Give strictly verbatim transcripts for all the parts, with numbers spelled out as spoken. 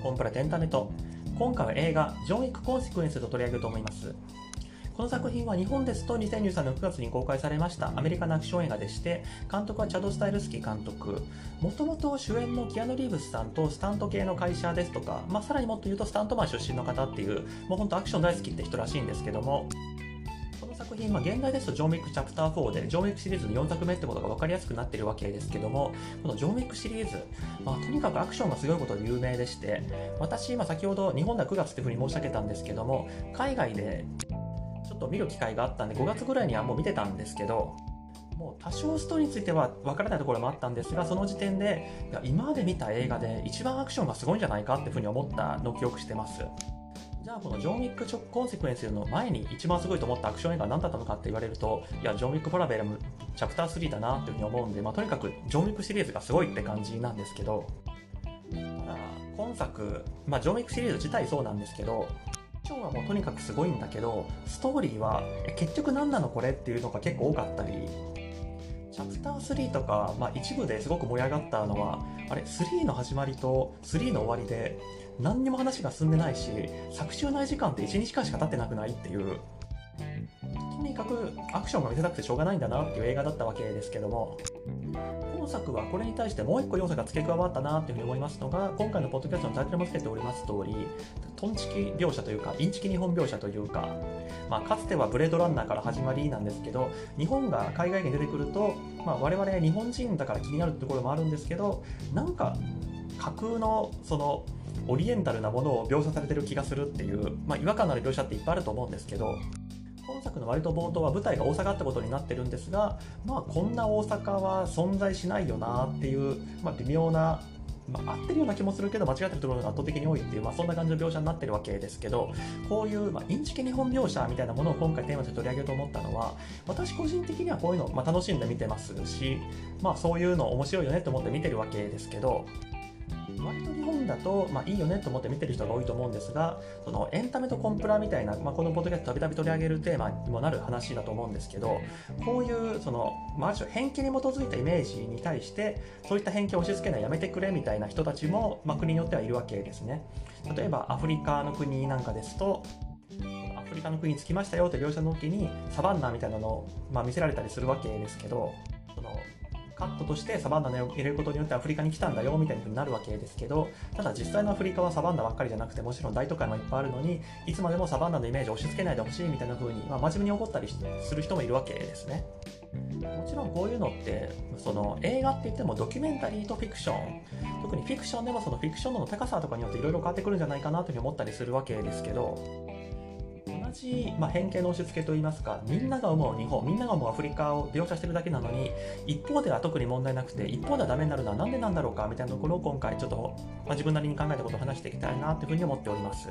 コンプラエンタメと、今回は映画ジョン・ウィック・コンセクエンスと取り上げると思います。この作品は日本ですとにせんにじゅうさんねんのくがつに公開されましたアメリカのアクション映画でして、監督はチャド・スタイルスキー監督。もともと主演のキアヌ・リーブスさんとスタント系の会社ですとか、まあ、さらにもっと言うとスタントマン出身の方っていう、もう本当アクション大好きって人らしいんですけども、この作品、まあ、現代ですとジョン・ウィックチャプターフォーでジョン・ウィックシリーズのよんさくめってことが分かりやすくなっているわけですけども、このジョン・ウィックシリーズ、まあ、とにかくアクションがすごいことで有名でして、私、まあ、先ほど日本ではくがつっていうふうに申し上げたんですけども、海外でちょっと見る機会があったんでごがつぐらいにはもう見てたんですけど、もう多少ストーリーについては分からないところもあったんですが、その時点でいや今まで見た映画で一番アクションがすごいんじゃないかっていうふうに思ったのを記憶してます。じゃあこのジョン・ウィック・コンセクエンスの前に一番すごいと思ったアクション映画は何だったのかって言われると、いやジョン・ウィック・パラベルムチャプタースリーだなっていうふうに思うんで、まあ、とにかくジョン・ウィックシリーズがすごいって感じなんですけど、ただ今作、まあ、ジョン・ウィックシリーズ自体そうなんですけど、アクションはもうとにかくすごいんだけど、ストーリーはえ結局何なのこれっていうのが結構多かったり、チャプタースリーとか、まあ、一部ですごく盛り上がったのは、あれスリーの始まりとスリーの終わりで何にも話が進んでないし、作中内時間っていちにちかんしか経ってなくないっていう、とにかくアクションが見せたくてしょうがないんだなっていう映画だったわけですけども、今作はこれに対してもう一個要素が付け加わったなっていうふうに思いますのが、今回のポッドキャストのタイトルも付けております通り、トンチキ描写というかインチキ日本描写というか、まあ、かつてはブレードランナーから始まりなんですけど、日本が海外に出てくると、まあ、我々日本人だから気になるところもあるんですけど、なんか架空のそのオリエンタルなものを描写されてる気がするっていう、まあ、違和感のある描写っていっぱいあると思うんですけど、今作の割と冒頭は舞台が大阪ってことになってるんですが、まあこんな大阪は存在しないよなっていう、まあ、微妙な、まあ、合ってるような気もするけど間違ってるところが圧倒的に多いっていう、まあ、そんな感じの描写になってるわけですけど、こういう、まあ、インチキ日本描写みたいなものを今回テーマで取り上げようと思ったのは、私個人的にはこういうのを、まあ、楽しんで見てますし、まあ、そういうの面白いよねと思って見てるわけですけど、割と日本だと、まあ、いいよねと思って見てる人が多いと思うんですが、そのエンタメとコンプラみたいな、まあ、このポッドキャストたびたび取り上げるテーマにもなる話だと思うんですけど、こういうその、まあ、ある種偏見に基づいたイメージに対してそういった偏見を押し付けないやめてくれみたいな人たちも、まあ、国によってはいるわけですね。例えばアフリカの国なんかですと、アフリカの国に着きましたよという描写の時にサバンナみたいなのを、まあ、見せられたりするわけですけど、そのカットとしてサバンナを入れることによってアフリカに来たんだよみたいになるわけですけど、ただ実際のアフリカはサバンナばっかりじゃなくて、もちろん大都会もいっぱいあるのに、いつまでもサバンナのイメージを押し付けないでほしいみたいな風に、まあ、真面目に怒ったりする人もいるわけですね。もちろんこういうのってその映画って言ってもドキュメンタリーとフィクション、特にフィクションでもそのフィクションの高さとかによっていろいろ変わってくるんじゃないかなというふうに思ったりするわけですけど、同じ、まあ、偏見の押し付けといいますか、みんなが思う日本、みんなが思うアフリカを描写してるだけなのに、一方では特に問題なくて一方ではダメになるのはなんでなんだろうかみたいなところを今回ちょっと、まあ、自分なりに考えたことを話していきたいなというふうに思っております。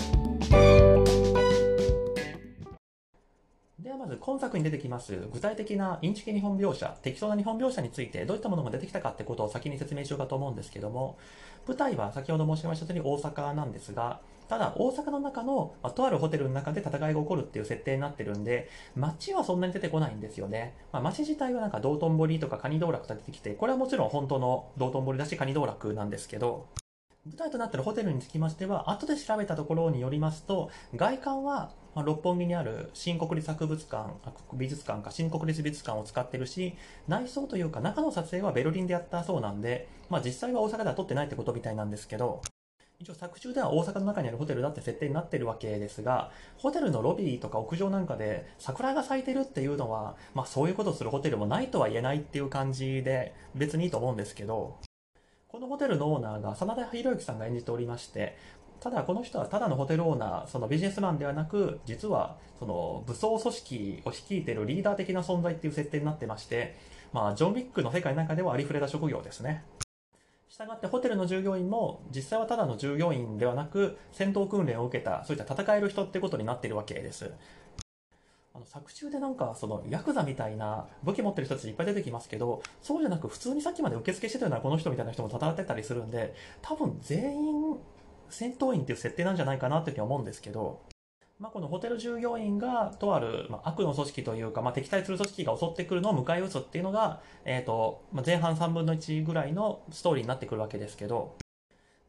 ではまず今作に出てきます具体的なインチキ日本描写、適当な日本描写についてどういったものが出てきたかってことを先に説明しようかと思うんですけども、舞台は先ほど申し上げました通り大阪なんですが、ただ大阪の中の、まあ、とあるホテルの中で戦いが起こるっていう設定になってるんで、街はそんなに出てこないんですよね。まあ、街自体はなんか道頓堀とか蟹道楽が出てきて、これはもちろん本当の道頓堀だし蟹道楽なんですけど、舞台となっているホテルにつきましては、後で調べたところによりますと、外観は六本木にある新国立博物館、美術館か新国立美術館を使ってるし、内装というか中の撮影はベルリンでやったそうなんで、まあ、実際は大阪では撮ってないってことみたいなんですけど、一応作中では大阪の中にあるホテルだって設定になってるわけですが、ホテルのロビーとか屋上なんかで桜が咲いてるっていうのは、まあそういうことをするホテルもないとは言えないっていう感じで別にいいと思うんですけど、このホテルのオーナーが真田広之さんが演じておりまして、ただこの人はただのホテルオーナー、そのビジネスマンではなく、実はその武装組織を率いているリーダー的な存在っていう設定になってまして、まあジョン・ウィックの世界の中ではありふれた職業ですね。したがってホテルの従業員も実際はただの従業員ではなく、戦闘訓練を受けたそういった戦える人ってことになっているわけです。あの作中でなんかそのヤクザみたいな武器持ってる人たちいっぱい出てきますけど、そうじゃなく普通にさっきまで受付してたようなこの人みたいな人も戦ってたりするんで、多分全員戦闘員っていう設定なんじゃないかなっていうふうに思うんですけど、まあ、このホテル従業員がとある、まあ、悪の組織というか、まあ、敵対する組織が襲ってくるのを迎え撃つっていうのが、えーとまあ、前半さんぶんのいちぐらいのストーリーになってくるわけですけど、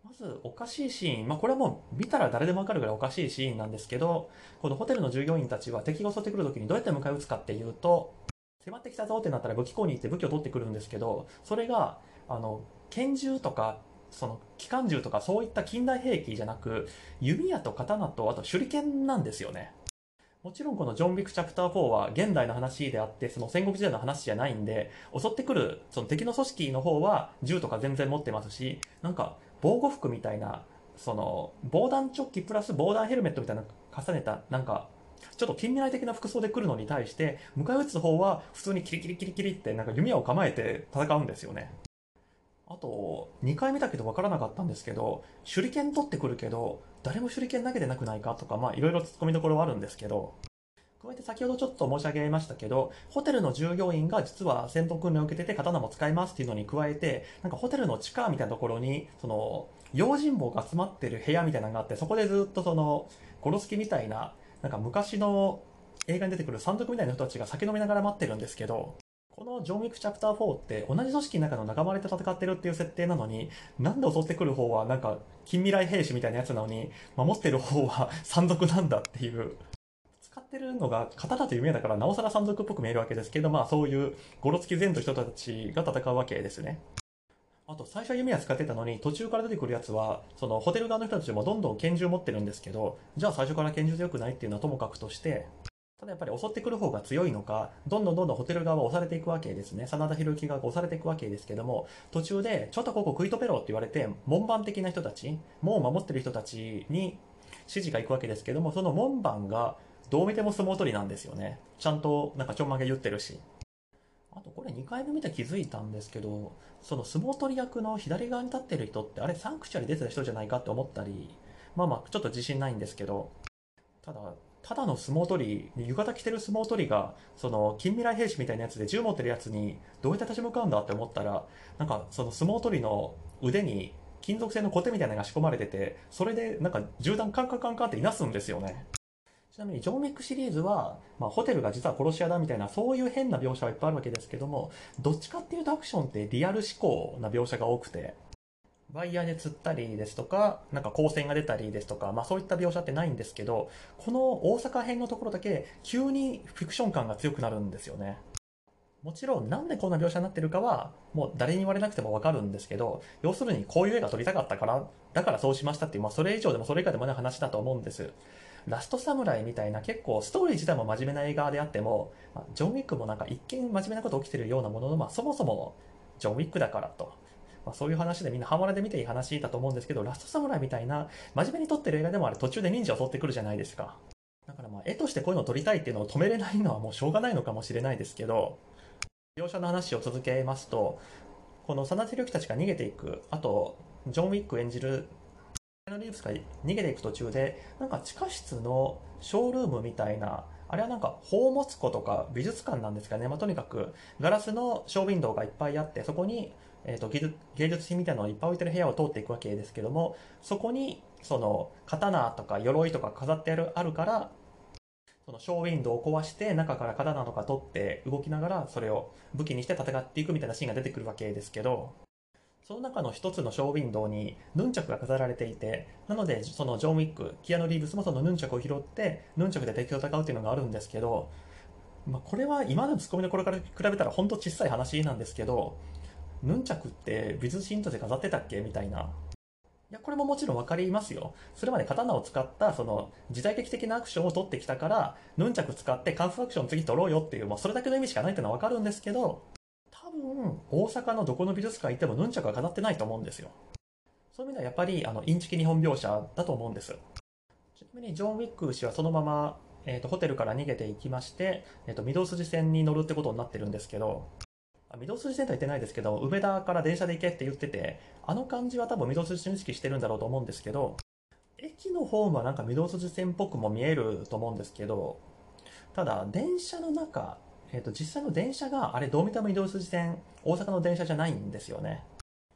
まずおかしいシーン、まあ、これはもう見たら誰でもわかるぐらいおかしいシーンなんですけど、このホテルの従業員たちは敵が襲ってくるときにどうやって迎え撃つかっていうと、迫ってきたぞってなったら武器庫に行って武器を取ってくるんですけど、それがあの拳銃とかその機関銃とかそういった近代兵器じゃなく、弓矢と刀とあと手裏剣なんですよね。もちろんこのジョン・ウィックチャプターフォーは現代の話であって、その戦国時代の話じゃないんで、襲ってくるその敵の組織の方は銃とか全然持ってますし、なんか防護服みたいな、その防弾チョッキプラス防弾ヘルメットみたいな重ねた、なんかちょっと近未来的な服装で来るのに対して、迎え撃つ方は普通にキリキリキリキリってなんか弓矢を構えて戦うんですよね。あと、にかい見たけど分からなかったんですけど、手裏剣取ってくるけど、誰も手裏剣投げてなくないかとか、まあいろいろ突っ込みどころはあるんですけど、加えて先ほどちょっと申し上げましたけど、ホテルの従業員が実は戦闘訓練を受けてて刀も使いますっていうのに加えて、なんかホテルの地下みたいなところに、その、用心棒が集まってる部屋みたいなのがあって、そこでずっとその、ゴロスキみたいな、なんか昔の映画に出てくる山賊みたいな人たちが酒飲みながら待ってるんですけど、このジョン・ウィックチャプターフォーって同じ組織の中の仲間割れで戦ってるっていう設定なのに、なんで襲ってくる方はなんか近未来兵士みたいなやつなのに、守ってる方は山賊なんだっていう。使ってるのが刀という名だからなおさら山賊っぽく見えるわけですけど、まあそういうゴロつき前と人たちが戦うわけですね。あと最初は弓矢使ってたのに途中から出てくるやつはそのホテル側の人たちもどんどん拳銃持ってるんですけど、じゃあ最初から拳銃でよくないっていうのはともかくとして、ただやっぱり襲ってくる方が強いのか、どんどんどんどんホテル側は押されていくわけですね。真田広之側が押されていくわけですけども、途中でちょっとここ食い止めろって言われて、門番的な人たち、門を守ってる人たちに指示が行くわけですけども、その門番がどう見ても相撲取りなんですよね。ちゃんとなんかちょんまげ言ってるし。あとこれにかいめ見て気づいたんですけど、その相撲取り役の左側に立ってる人ってあれサンクチュアリ出てた人じゃないかって思ったり、まあまあちょっと自信ないんですけど、ただ、ただの相撲取り、浴衣着てる相撲取りが、その近未来兵士みたいなやつで銃持ってるやつにどうやって立ち向かうんだって思ったら、なんかその相撲取りの腕に金属製のコテみたいなのが仕込まれてて、それでなんか銃弾カンカンカンカンっていなすんですよね。ちなみにジョン・ウィックシリーズは、まあ、ホテルが実は殺し屋だみたいなそういう変な描写はいっぱいあるわけですけども、どっちかっていうとアクションってリアル思考な描写が多くて、ワイヤーで釣ったりですとか、なんか光線が出たりですとか、まあそういった描写ってないんですけど、この大阪編のところだけ急にフィクション感が強くなるんですよね。もちろんなんでこんな描写になってるかはもう誰に言われなくてもわかるんですけど、要するにこういう映画撮りたかったから、だからそうしましたっていう、まあそれ以上でもそれ以下でもない話だと思うんです。ラストサムライみたいな結構ストーリー自体も真面目な映画であっても、まあ、ジョン・ウィックもなんか一見真面目なこと起きてるようなものの、まあそもそもジョン・ウィックだからと。まあ、そういう話でみんなハマラで見ていい話だと思うんですけど、ラストサムライみたいな真面目に撮ってる映画でもあれ途中で忍者を襲ってくるじゃないですか。だからまあ絵としてこういうのを撮りたいっていうのを止めれないのはもうしょうがないのかもしれないですけど、描写の話を続けますと、この真田広之たちが逃げていく、あとジョン・ウィック演じるキアヌリーブスが逃げていく途中で、なんか地下室のショールームみたいな、あれはなんか宝物庫とか美術館なんですかね、まあ、とにかくガラスのショーウィンドウがいっぱいあって、そこに、えー、と芸術芸術品みたいなのをいっぱい置いてる部屋を通っていくわけですけども、そこにその刀とか鎧とか飾ってあるあるから、そのショーウィンドウを壊して中から刀とか取って動きながらそれを武器にして戦っていくみたいなシーンが出てくるわけですけど、その中の一つのショーウィンドウにヌンチャクが飾られていて、なのでそのジョン・ウィック、キアヌ・リーブスもそのヌンチャクを拾ってヌンチャクで敵と戦うっていうのがあるんですけど、まあ、これは今までのツッコミの頃から比べたら本当小さい話なんですけど、ヌンチャクって美術品として飾ってたっけみたいな。いや、これももちろん分かりますよ。それまで刀を使ったその時代劇的なアクションを取ってきたから、ヌンチャク使ってカンフーアクション次取ろうよっていう、もうそれだけの意味しかないっていうのは分かるんですけど、多分大阪のどこの美術館行ってもヌンチャクは飾ってないと思うんですよ。そういう意味ではやっぱりあのインチキ日本描写だと思うんです。ちなみにジョン・ウィック氏はそのまま、えーとホテルから逃げていきまして、えーと御堂筋線に乗るってことになってるんですけど、御堂筋線とは言ってないですけど、梅田から電車で行けって言ってて、あの感じは多分御堂筋線を意識してるんだろうと思うんですけど、駅のホームはなんか御堂筋線っぽくも見えると思うんですけど、ただ電車の中、えー、と実際の電車があれどう見ても御堂筋線、大阪の電車じゃないんですよね。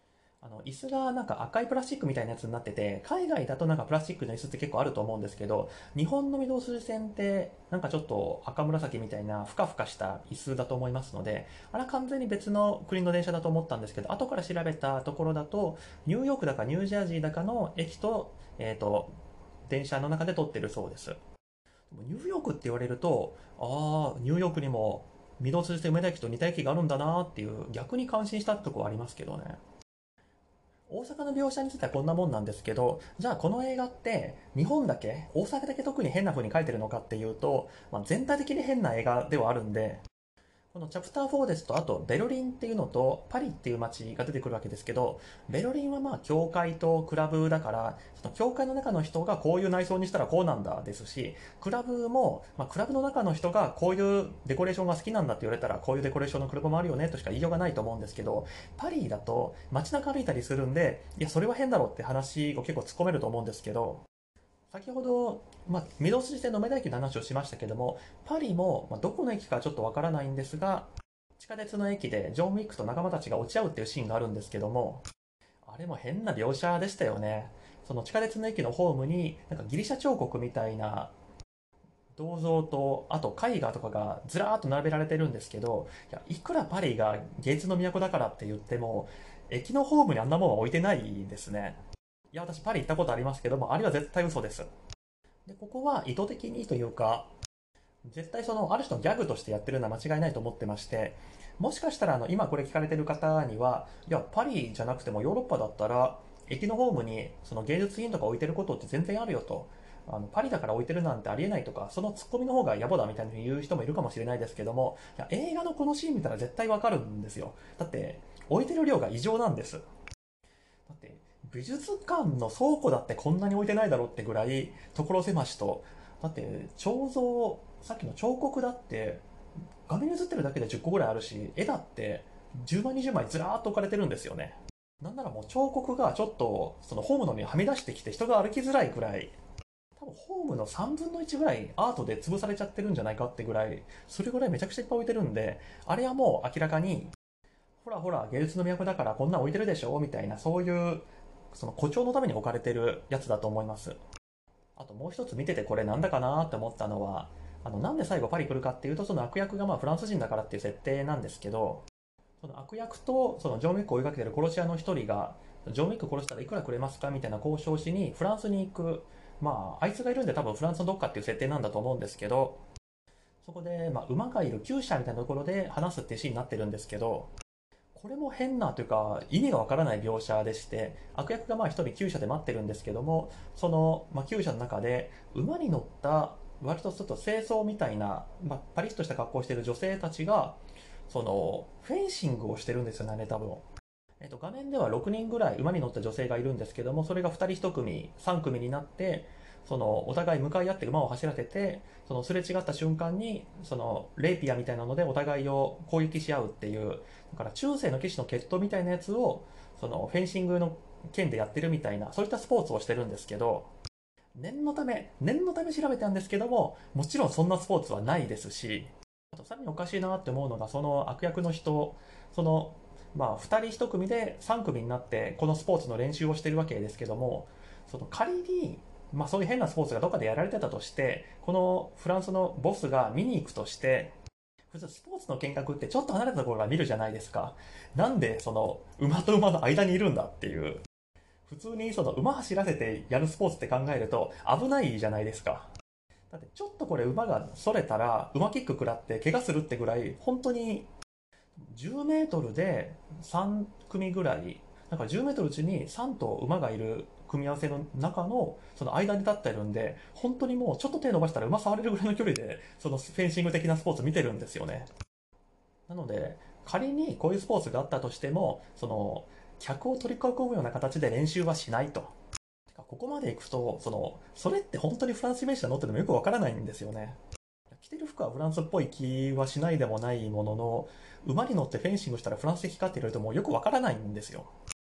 あの椅子がなんか赤いプラスチックみたいなやつになってて、海外だとなんかプラスチックの椅子って結構あると思うんですけど、日本の御堂筋線ってなんかちょっと赤紫みたいなふかふかした椅子だと思いますので、あれは完全に別の国の電車だと思ったんですけど、後から調べたところだと、ニューヨークだかニュージャージーだかの駅と、えっと、電車の中で撮ってるそうです。でもニューヨークって言われると、ああ、ニューヨークにも御堂筋線梅田駅と似た駅があるんだなっていう、逆に感心したってとこはありますけどね。大阪の描写についてはこんなもんなんですけど、じゃあこの映画って日本だけ、大阪だけ特に変な風に書いてるのかっていうと、まあ、全体的に変な映画ではあるんで、このチャプターフォーですと、あとベルリンっていうのとパリっていう街が出てくるわけですけど、ベルリンはまあ教会とクラブだから、その教会の中の人がこういう内装にしたらこうなんだですし、クラブも、まあ、クラブの中の人がこういうデコレーションが好きなんだって言われたら、こういうデコレーションのクラブもあるよねとしか言いようがないと思うんですけど、パリだと街中歩いたりするんで、いや、それは変だろうって話を結構突っ込めると思うんですけど、先ほど、まあ、御堂筋線の梅田駅の話をしましたけども、パリも、まあ、どこの駅かちょっとわからないんですが、地下鉄の駅でジョン・ウィックと仲間たちが落ち合うっていうシーンがあるんですけども、あれも変な描写でしたよね。その地下鉄の駅のホームに、なんかギリシャ彫刻みたいな銅像と、あと絵画とかがずらーっと並べられてるんですけど、いや、いくらパリが芸術の都だからって言っても、駅のホームにあんなもんは置いてないですね。いや、私パリ行ったことありますけども、あれは絶対嘘です。で、ここは意図的にというか、絶対その、ある種のギャグとしてやってるのは間違いないと思ってまして、もしかしたらあの、今これ聞かれてる方には、いや、パリじゃなくてもヨーロッパだったら、駅のホームにその芸術品とか置いてることって全然あるよと。あのパリだから置いてるなんてありえないとか、そのツッコミの方が野暮だみたいに言う人もいるかもしれないですけども、いや映画のこのシーン見たら絶対わかるんですよ。だって、置いてる量が異常なんです。だって、美術館の倉庫だってこんなに置いてないだろうってぐらい、所狭しと、だって、彫像、さっきの彫刻だって、画面に映ってるだけでじゅっこぐらいあるし、絵だってじゅうまいにじゅうまいずらーっと置かれてるんですよね。なんならもう彫刻がちょっと、そのホームの上にはみ出してきて人が歩きづらいぐらい、多分ホームのさんぶんのいちぐらいアートで潰されちゃってるんじゃないかってぐらい、それぐらいめちゃくちゃいっぱい置いてるんで、あれはもう明らかに、ほらほら芸術の都だからこんなん置いてるでしょみたいな、そういう、その誇張のために置かれてるやつだと思います。あともう一つ見ててこれなんだかなって思ったのは、あの、なんで最後パリ来るかっていうと、その悪役がまあフランス人だからっていう設定なんですけど、その悪役とそのジョン・ウィックを追いかけてる殺し屋の一人が、ジョン・ウィック殺したらいくらくれますかみたいな交渉しにフランスに行く、まあ、あいつがいるんで多分フランスのどっかっていう設定なんだと思うんですけど、そこで、まあ、馬がいる厩舎みたいなところで話すっていうシーンになってるんですけど、これも変なというか意味がわからない描写でして、悪役がまあ一人厩舎で待ってるんですけども、その、まあ、厩舎の中で馬に乗った割とちょっと清掃みたいな、まあ、パリッとした格好をしている女性たちがそのフェンシングをしてるんですよね、多分。えっと、画面ではろくにんぐらい馬に乗った女性がいるんですけども、それがふたりいち組さん組になって、そのお互い向かい合って馬を走らせて、そのすれ違った瞬間にそのレイピアみたいなのでお互いを攻撃し合うっていう、だから中世の騎士の決闘みたいなやつをそのフェンシングの剣でやってるみたいな、そういったスポーツをしてるんですけど、念のため念のため調べたんですけども、もちろんそんなスポーツはないですし、あとさらにおかしいなって思うのが、その悪役の人、そのまあふたりいち組でさん組になってこのスポーツの練習をしてるわけですけども、その仮にまあそういう変なスポーツがどっかでやられてたとして、このフランスのボスが見に行くとして、普通スポーツの見学ってちょっと離れたところから見るじゃないですか。なんでその馬と馬の間にいるんだっていう。普通にその馬走らせてやるスポーツって考えると危ないじゃないですか。だってちょっとこれ馬が逸れたら馬キック食らって怪我するってぐらい、本当にじゅうメートルでさん組ぐらい、だからじゅうメートルうちにさん頭馬がいる組み合わせの中のその間に立ってるんで、本当にもうちょっと手伸ばしたら馬触れるぐらいの距離でそのフェンシング的なスポーツ見てるんですよね。なので仮にこういうスポーツがあったとしても、その客を取り囲むような形で練習はしないと。ここまで行くと、そのそれって本当にフランスイメージなのってのもよくわからないんですよね。着てる服はフランスっぽい気はしないでもないものの、馬に乗ってフェンシングしたらフランス的かって言われるともうよくわからないんですよ。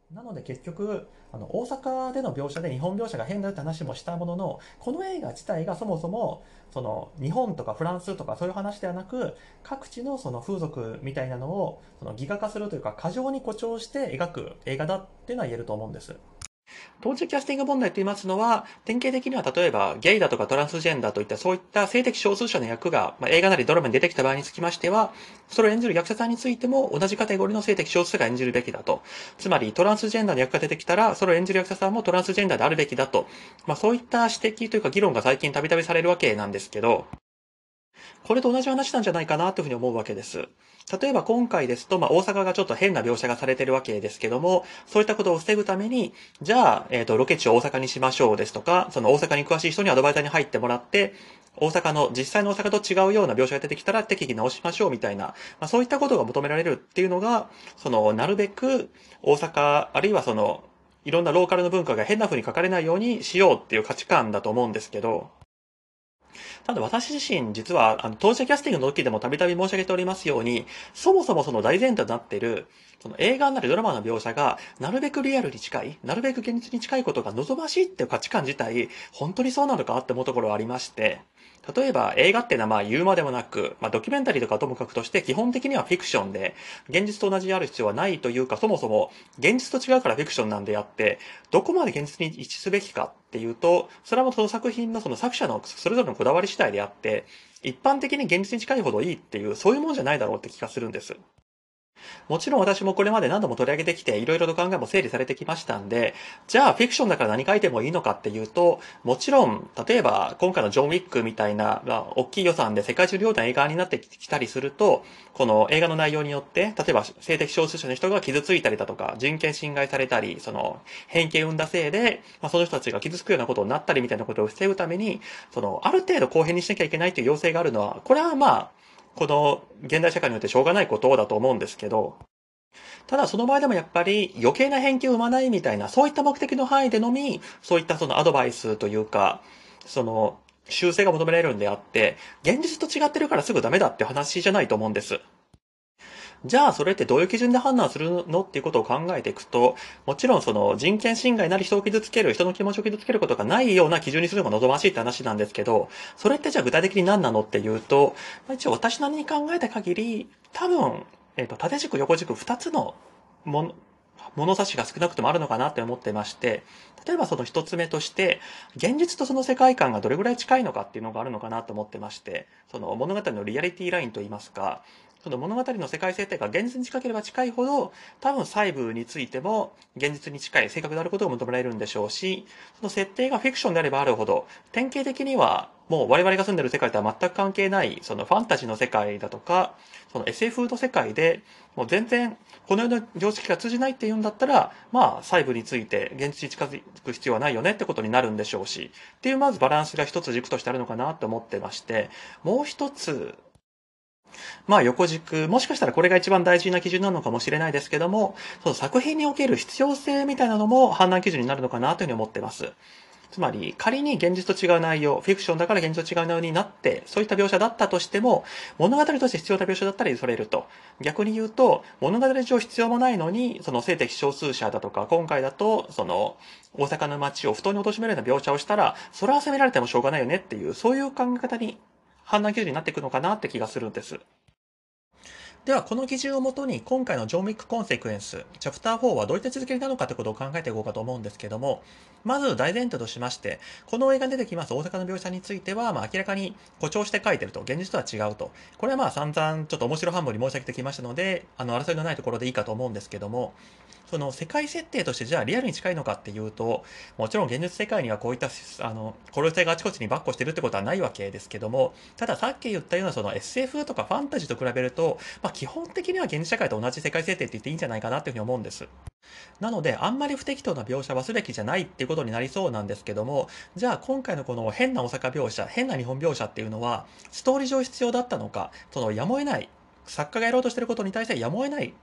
なので結局、あの、大阪での描写で日本描写が変だよって話もしたものの、この映画自体がそもそも、その、日本とかフランスとかそういう話ではなく、各地のその風俗みたいなのを、そのギガ化するというか、過剰に誇張して描く映画だっていうのは言えると思うんです。当時キャスティング問題と言いますのは、典型的には例えばゲイだとかトランスジェンダーといったそういった性的少数者の役が、まあ、映画なりドラマに出てきた場合につきましては、それを演じる役者さんについても同じカテゴリーの性的少数者が演じるべきだと。つまりトランスジェンダーの役が出てきたら、それを演じる役者さんもトランスジェンダーであるべきだと。まあそういった指摘というか議論が最近たびたびされるわけなんですけど、これと同じ話なんじゃないかなというふうに思うわけです。例えば今回ですと、まあ、大阪がちょっと変な描写がされてるわけですけども、そういったことを防ぐために、じゃあ、えっと、ロケ地を大阪にしましょうですとか、その大阪に詳しい人にアドバイザーに入ってもらって、大阪の、実際の大阪と違うような描写が出てきたら適宜直しましょうみたいな、まあ、そういったことが求められるっていうのが、その、なるべく大阪、あるいはその、いろんなローカルの文化が変な風に書かれないようにしようっていう価値観だと思うんですけど、ただ私自身、実は、あの、当事者キャスティングの時でもたびたび申し上げておりますように、そもそもその大前提となっている、その映画なりドラマの描写が、なるべくリアルに近い、なるべく現実に近いことが望ましいっていう価値観自体、本当にそうなのかって思うところはありまして、例えば映画っていうのはまあ言うまでもなく、まあドキュメンタリーとかともかくとして基本的にはフィクションで、現実と同じである必要はないというか、そもそも現実と違うからフィクションなんであって、どこまで現実に一致すべきかっていうと、それはもうその作品のその作者のそれぞれのこだわり次第であって、一般的に現実に近いほどいいっていう、そういうもんじゃないだろうって気がするんです。もちろん私もこれまで何度も取り上げてきて、いろいろと考えも整理されてきましたんで、じゃあフィクションだから何書いてもいいのかっていうと、もちろん、例えば今回のジョン・ウィックみたいな、まあ、大きい予算で世界中両な映画になってきたりすると、この映画の内容によって、例えば性的少数者の人が傷ついたりだとか、人権侵害されたり、その偏見を生んだせいで、まあ、その人たちが傷つくようなことになったりみたいなことを防ぐために、その、ある程度公平にしなきゃいけないという要請があるのは、これはまあ、この現代社会によってしょうがないことだと思うんですけど、ただその場合でもやっぱり余計な偏見を生まないみたいな、そういった目的の範囲でのみ、そういったそのアドバイスというか、その修正が求められるんであって、現実と違ってるからすぐダメだって話じゃないと思うんです。じゃあそれってどういう基準で判断するのっていうことを考えていくと、もちろんその人権侵害なり人を傷つける、人の気持ちを傷つけることがないような基準にするのが望ましいって話なんですけど、それってじゃあ具体的に何なのっていうと、一応私なりに考えた限り、多分、えっと、縦軸横軸二つのもの、物差しが少なくともあるのかなって思ってまして、例えばその一つ目として、現実とその世界観がどれぐらい近いのかっていうのがあるのかなと思ってまして、その物語のリアリティラインといいますか、その物語の世界設定が現実に近ければ近いほど、多分細部についても現実に近い正確であることが求められるんでしょうし、その設定がフィクションであればあるほど、典型的にはもう我々が住んでる世界とは全く関係ない、そのファンタジーの世界だとか、その エスエフ の世界で、もう全然この世の常識が通じないっていうんだったら、まあ細部について現実に近づく必要はないよねってことになるんでしょうし、っていうまずバランスが一つ軸としてあるのかなと思ってまして、もう一つ、まあ横軸、もしかしたらこれが一番大事な基準なのかもしれないですけども、その作品における必要性みたいなのも判断基準になるのかなというふうに思ってます。つまり、仮に現実と違う内容、フィクションだから現実と違う内容になって、そういった描写だったとしても、物語として必要な描写だったらそれると。逆に言うと、物語上必要もないのに、その性的少数者だとか、今回だと、その、大阪の街を不当に貶めるような描写をしたら、それは責められてもしょうがないよねっていう、そういう考え方に、判断基準になっていくのかなって気がするんです。では、この基準をもとに、今回のジョン・ウィック・コンセクエンス、チャプターフォーはどういった続きなのかということを考えていこうかと思うんですけども、まず大前提としまして、この映画に出てきます大阪の描写については、まあ、明らかに誇張して書いてると、現実とは違うと。これはまあ散々ちょっと面白半分に申し上げてきましたので、あの、争いのないところでいいかと思うんですけども、その世界設定としてじゃあリアルに近いのかっていうと、もちろん現実世界にはこういったあの殺し合いがあちこちに跋扈してるってことはないわけですけども、たださっき言ったようなその エスエフ とかファンタジーと比べると、まあ、基本的には現実社会と同じ世界設定って言っていいんじゃないかなっていうふうに思うんです。なので、あんまり不適当な描写はすべきじゃないっていうことになりそうなんですけども、じゃあ今回のこの変な大阪描写、変な日本描写っていうのは、ストーリー上必要だったのか、そのやむを得ない、作家がやろうとしてることに対してやむを得ない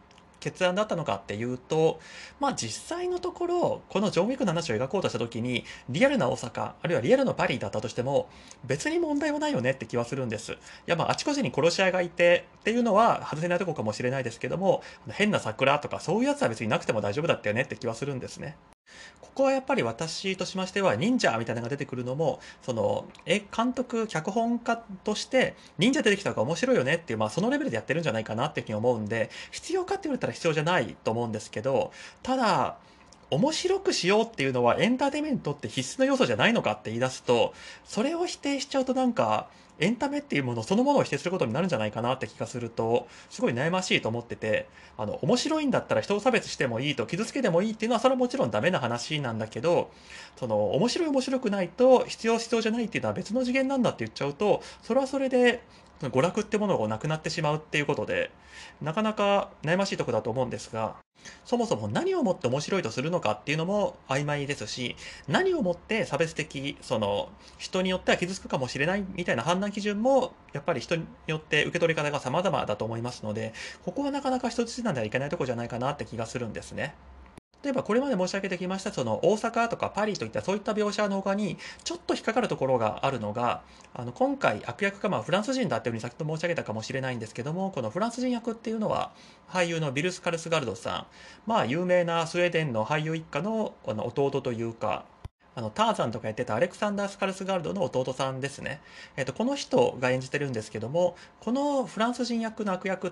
決断だったのかっていうと、まあ実際のところ、このジョン・ウィックの話を描こうとした時に、リアルな大阪、あるいはリアルなパリだったとしても、別に問題はないよねって気はするんです。いやまああちこちに殺し屋がいてっていうのは外せないところかもしれないですけども、変な桜とかそういうやつは別になくても大丈夫だったよねって気はするんですね。ここはやっぱり私としましては忍者みたいなのが出てくるのもそのえ監督脚本家として忍者出てきた方が面白いよねっていう、まあ、そのレベルでやってるんじゃないかなっていうふうに思うんで、必要かって言われたら必要じゃないと思うんですけど、ただ面白くしようっていうのはエンターテインメントって必須の要素じゃないのかって言い出すと、それを否定しちゃうとなんかエンタメっていうものそのものを否定することになるんじゃないかなって気がすると、すごい悩ましいと思ってて、あの面白いんだったら人を差別してもいいと、傷つけてもいいっていうのはそれはもちろんダメな話なんだけど、その面白い面白くないと必要必要じゃないっていうのは別の次元なんだって言っちゃうと、それはそれで娯楽ってものがなくなってしまうっていうことで、なかなか悩ましいところだと思うんですが、そもそも何をもって面白いとするのかっていうのも曖昧ですし、何をもって差別的、その人によっては傷つくかもしれないみたいな判断基準もやっぱり人によって受け取り方が様々だと思いますので、ここはなかなか一つなんではいけないところじゃないかなって気がするんですね。例えばこれまで申し上げてきましたその大阪とかパリといったそういった描写の他にちょっと引っかかるところがあるのが、あの今回悪役がまあフランス人だっていうふうに先ほど申し上げたかもしれないんですけども、このフランス人役っていうのは俳優のビルス・カルスガルドさん、まあ有名なスウェーデンの俳優一家のあの弟というか、あのターザンとかやってたアレクサンダー・スカルスガルドの弟さんですね。えっと、この人が演じてるんですけども、このフランス人役の悪役って、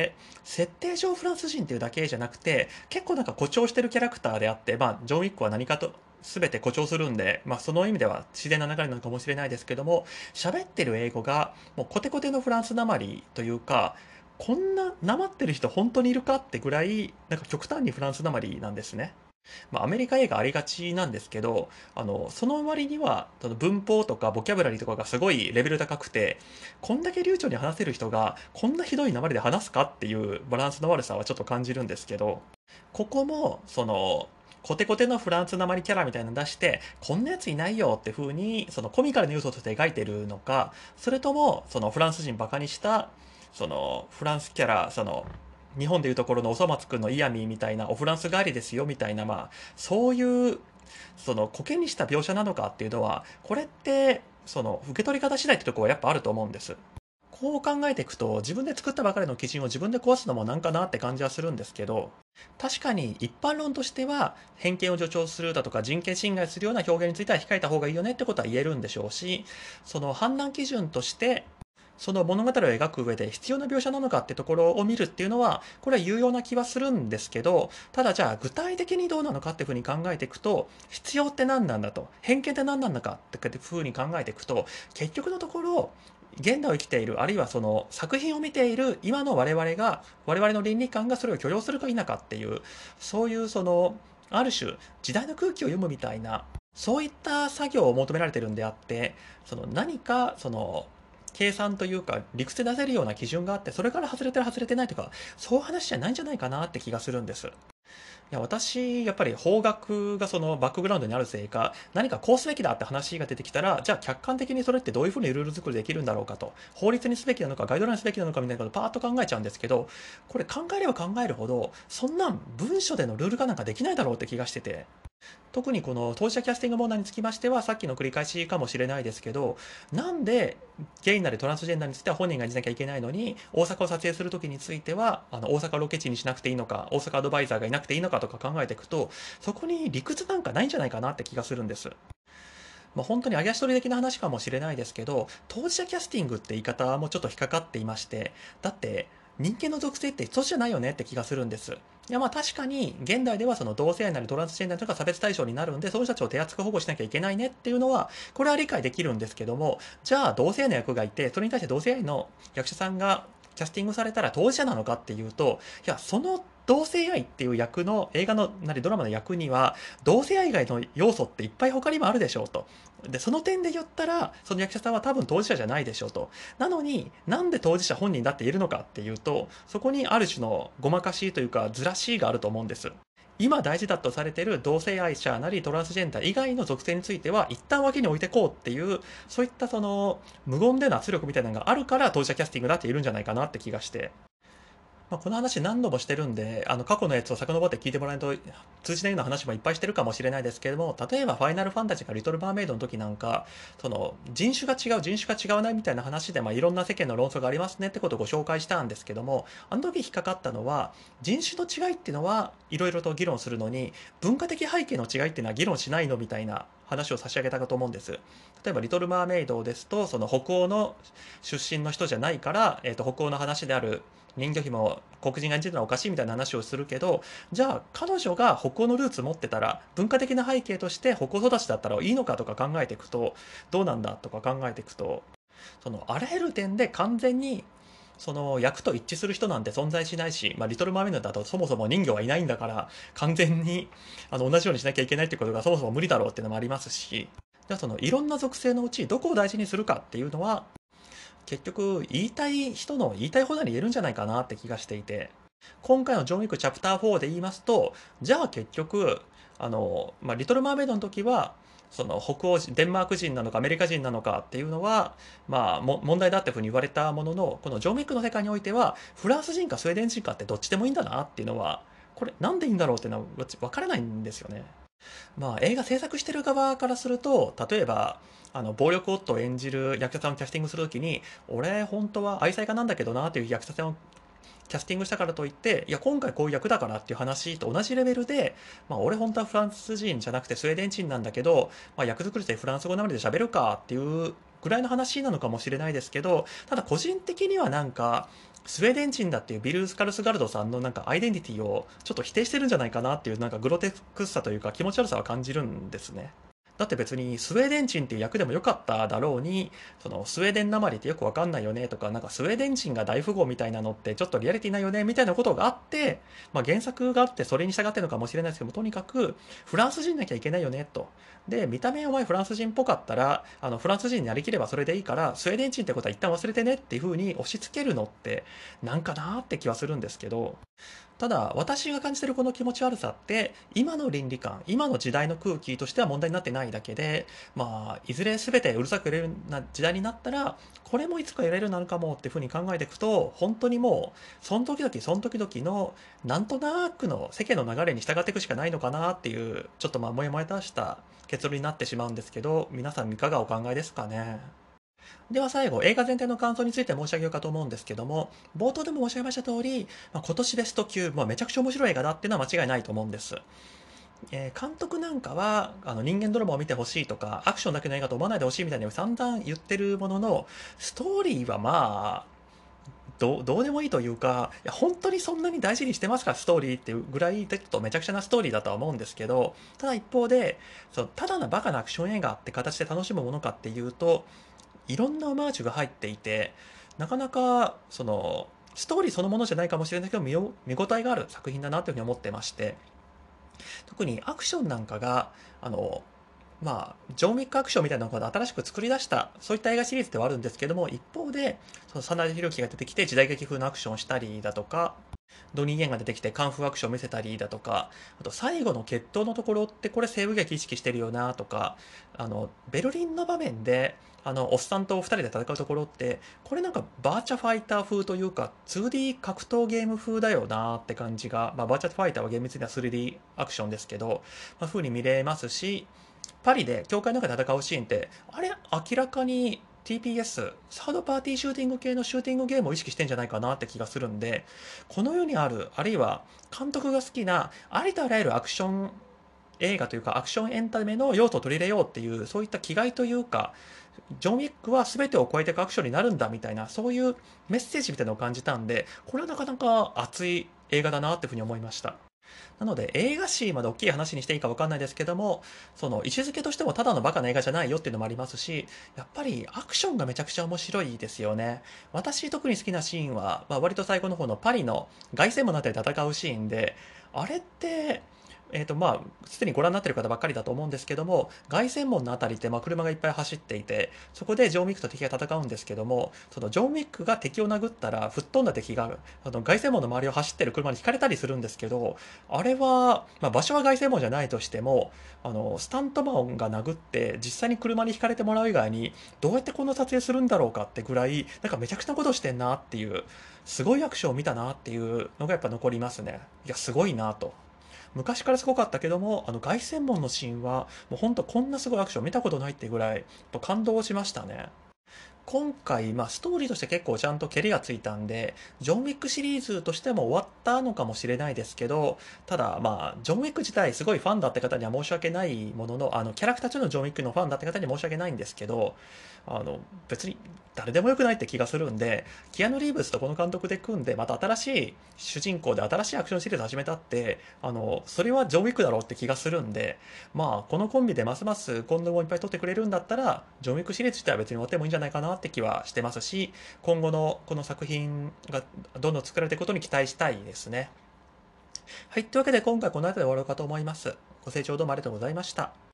設定上フランス人っていうだけじゃなくて、結構なんか誇張してるキャラクターであって、まあ、ジョン・ウィックは何かと、全て誇張するんで、まあ、その意味では自然な流れなのかもしれないですけども、喋ってる英語が、もうコテコテのフランスなまりというか、こんななまってる人本当にいるかってぐらい、なんか極端にフランスなまりなんですね。まあ、アメリカ映画ありがちなんですけど、あのその割にはその文法とかボキャブラリーとかがすごいレベル高くて、こんだけ流暢に話せる人がこんなひどい訛りで話すかっていうバランスの悪さはちょっと感じるんですけど、ここもそのコテコテのフランスなまりキャラみたいなの出して、こんなやついないよって風にそのコミカルな要素として描いてるのか、それともそのフランス人バカにしたそのフランスキャラ、その日本でいうところのおそ松くんのイヤミーみたいなおフランス帰りですよみたいな、まあそういうそのコケにした描写なのかっていうのは、これってその受け取り方次第ってところはやっぱあると思うんです。こう考えていくと自分で作ったばかりの基準を自分で壊すのもなんかなって感じはするんですけど、確かに一般論としては偏見を助長するだとか人権侵害するような表現については控えた方がいいよねってことは言えるんでしょうし、その判断基準としてその物語を描く上で必要な描写なのかってところを見るっていうのは、これは有用な気はするんですけど、ただじゃあ具体的にどうなのかっていうふうに考えていくと、必要って何なんだと、偏見って何なんだかっていうふうに考えていくと、結局のところ、現代を生きている、あるいはその作品を見ている今の我々が、我々の倫理観がそれを許容するか否かっていう、そういうその、ある種、時代の空気を読むみたいな、そういった作業を求められてるんであって、その何か、その、計算というか理屈で出せるような基準があって、それから外れてる外れてないとか、そういう話じゃないんじゃないかなって気がするんです。いや私、やっぱり法学がそのバックグラウンドにあるせいか、何かこうすべきだって話が出てきたら、じゃあ客観的にそれってどういうふうにルール作りできるんだろうかと、法律にすべきなのか、ガイドラインにすべきなのかみたいなことをパーッと考えちゃうんですけど、これ考えれば考えるほど、そんなん文書でのルール化なんかできないだろうって気がしてて、特にこの当事者キャスティング問題につきましては、さっきの繰り返しかもしれないですけど、なんでゲイなりトランスジェンダーについては本人が演じなきゃいけないのに、大阪を撮影するときについては、あの大阪ロケ地にしなくていいのか、大阪アドバイザーがいなくていいのかとか考えていくと、そこに理屈なんかないんじゃないかなって気がするんです。まあ、本当にあやし取り的な話かもしれないですけど、当事者キャスティングって言い方もちょっと引っかかっていまして、だって人間の属性って一つじゃないよねって気がするんです。いやまあ確かに現代ではその同性愛なりトランスジェンダーとか差別対象になるんで、そういう人たちを手厚く保護しなきゃいけないねっていうのはこれは理解できるんですけども、じゃあ同性愛の役がいて、それに対して同性愛の役者さんがキャスティングされたら当事者なのかっていうと、いやその同性愛っていう役の映画のなりドラマの役には同性愛以外の要素っていっぱい他にもあるでしょうと。でその点で言ったらその役者さんは多分当事者じゃないでしょうと。なのになんで当事者本人だっているのかっていうと、そこにある種のごまかしというかずらしがあると思うんです。今大事だとされている同性愛者なりトランスジェンダー以外の属性については一旦脇に置いてこうっていう、そういったその無言での圧力みたいなのがあるから当事者キャスティングだっているんじゃないかなって気がして、 まあ、この話何度もしてるんで、あの過去のやつを遡って聞いてもらえると通じないような話もいっぱいしてるかもしれないですけれども、例えばファイナルファンタジーかリトル・マーメイドの時なんか、その人種が違う、人種が違うなみたいな話で、まあ、いろんな世間の論争がありますねってことをご紹介したんですけども、あの時引っかかったのは、人種の違いっていうのはいろいろと議論するのに、文化的背景の違いっていうのは議論しないのみたいな話を差し上げたかと思うんです。例えば、リトル・マーメイドですと、その北欧の出身の人じゃないから、えー、と北欧の話である人魚姫も黒人が演じるのはおかしいみたいな話をするけど、じゃあ彼女が北欧のルーツ持ってたら文化的な背景として北欧育ちだったらいいのかとか考えていくと、どうなんだとか考えていくと、そのあらゆる点で完全にその役と一致する人なんて存在しないし、まあ、リトル・マーメイドだとそもそも人魚はいないんだから完全にあの同じようにしなきゃいけないってことがそもそも無理だろうっていうのもありますし、じゃあそのいろんな属性のうちどこを大事にするかっていうのは結局言いたい人の言いたい放題に言えるんじゃないかなって気がしていて、今回のジョン・ウィックチャプターフォーで言いますと、じゃあ結局あの、まあ、リトル・マーメイドの時はその北欧人デンマーク人なのかアメリカ人なのかっていうのは、まあ、も問題だっていうふうに言われたものの、このジョン・ウィックの世界においてはフランス人かスウェーデン人かってどっちでもいいんだなっていうのは、これなんでいいんだろうっていうのは分からないんですよね。まあ、映画制作してる側からすると、例えばあの暴力夫を演じる役者さんをキャスティングするときに、俺本当は愛妻家なんだけどなっていう役者さんをキャスティングしたからといって、いや今回こういう役だからっていう話と同じレベルで、まあ、俺本当はフランス人じゃなくてスウェーデン人なんだけど、まあ、役作りでフランス語なまりで喋るかっていうぐらいの話なのかもしれないですけど、ただ個人的にはなんかスウェーデン人だっていうビル・スカルスガルドさんのなんかアイデンティティをちょっと否定してるんじゃないかなっていうなんかグロテスクさというか気持ち悪さは感じるんですね。だって別にスウェーデン人っていう役でもよかっただろうに、そのスウェーデンなまりってよくわかんないよねとか、なんかスウェーデン人が大富豪みたいなのってちょっとリアリティないよねみたいなことがあって、まあ、原作があってそれに従ってるのかもしれないですけども、とにかくフランス人なきゃいけないよねと。で、見た目お前フランス人っぽかったら、あのフランス人になりきればそれでいいから、スウェーデン人ってことは一旦忘れてねっていう風に押し付けるのってなんかなーって気はするんですけど、ただ私が感じてるこの気持ち悪さって今の倫理観、今の時代の空気としては問題になってないだけで、まあいずれ全てうるさく言えるな時代になったらこれもいつかやれるようになるかもっていうふうに考えていくと、本当にもうその時々その時々のなんとなくの世間の流れに従っていくしかないのかなっていう、ちょっとまあもやもやとした結論になってしまうんですけど、皆さんいかがお考えですかね。では最後、映画全体の感想について申し上げようかと思うんですけども、冒頭でも申し上げました通り、まあ、今年ベスト級、まあ、めちゃくちゃ面白い映画だっていうのは間違いないと思うんです。えー監督なんかはあの人間ドラマを見てほしいとか、アクションだけの映画と思わないでほしいみたいに散々言ってるものの、ストーリーはまあ、どうどうでもいいというか、いや本当にそんなに大事にしてますかストーリーっていうぐらいちょっとめちゃくちゃなストーリーだとは思うんですけど、ただ一方でそのただのバカなアクション映画って形で楽しむものかっていうと、いろんなオマージュが入っていて、なかなかそのストーリーそのものじゃないかもしれないけど見よ見応えがある作品だなというふうに思ってまして、特にアクションなんかがあのまあジョン・ウィックアクションみたいなのを新しく作り出したそういった映画シリーズではあるんですけども、一方でその真田広之が出てきて時代劇風のアクションをしたりだとか、ドニー・イエンが出てきてカンフーアクションを見せたりだとか、あと最後の決闘のところってこれ西部劇意識してるよなとか、あのベルリンの場面であのおっさんとふたりで戦うところってこれなんかバーチャファイター風というか ツーディー 格闘ゲーム風だよなって感じが、まあ、バーチャファイターは厳密には スリーディー アクションですけど、まあ、風に見れますし、パリで教会の中で戦うシーンってあれ明らかに ティーピーエス サードパーティーシューティング系のシューティングゲームを意識してんじゃないかなって気がするんで、この世にあるあるいは監督が好きなありとあらゆるアクション映画というかアクションエンタメの要素を取り入れようっていう、そういった気概というか、ジョン・ウィックは全てを超えていくアクションになるんだみたいな、そういうメッセージみたいなのを感じたんで、これはなかなか熱い映画だなっていうふうに思いました。なので映画史まで大きい話にしていいか分かんないですけども、その位置づけとしてもただのバカな映画じゃないよっていうのもありますし、やっぱりアクションがめちゃくちゃ面白いですよね。私特に好きなシーンは、まあ、割と最後の方のパリの凱旋門のあたりで戦うシーンで、あれってえーとまあ、すでにご覧になっている方ばっかりだと思うんですけども、凱旋門のあたりって、まあ、車がいっぱい走っていて、そこでジョン・ウィックと敵が戦うんですけども、そのジョン・ウィックが敵を殴ったら、吹っ飛んだ敵があの凱旋門の周りを走ってる車にひかれたりするんですけど、あれは、まあ、場所は凱旋門じゃないとしても、あのスタントマンが殴って実際に車にひかれてもらう以外にどうやってこんな撮影するんだろうかってぐらい、なんかめちゃくちゃなことしてんなっていう、すごいアクションを見たなっていうのがやっぱ残りますね。いや、すごいなと。昔からすごかったけども、あの凱旋門のシーンは、もう本当こんなすごいアクション見たことないっていうぐらい、感動しましたね。今回、まあ、ストーリーとして結構ちゃんとケリがついたんで、ジョン・ウィックシリーズとしても終わったのかもしれないですけど、ただ、まあ、ジョン・ウィック自体すごいファンだって方には申し訳ないものの、あの、キャラクター中のジョン・ウィックのファンだって方には申し訳ないんですけど、あの、別に誰でもよくないって気がするんで、キアヌ・リーブスとこの監督で組んで、また新しい主人公で新しいアクションシリーズ始めたって、あの、それはジョン・ウィックだろうって気がするんで、まあ、このコンビでますます今後もいっぱい撮ってくれるんだったら、ジョン・ウィックシリーズ自体は別に終わってもいいんじゃないかなって気はしてますし、今後のこの作品がどんどん作られていくことに期待したいですね。はい、というわけで今回この辺りで終わろうかと思います。ご清聴どうもありがとうございました。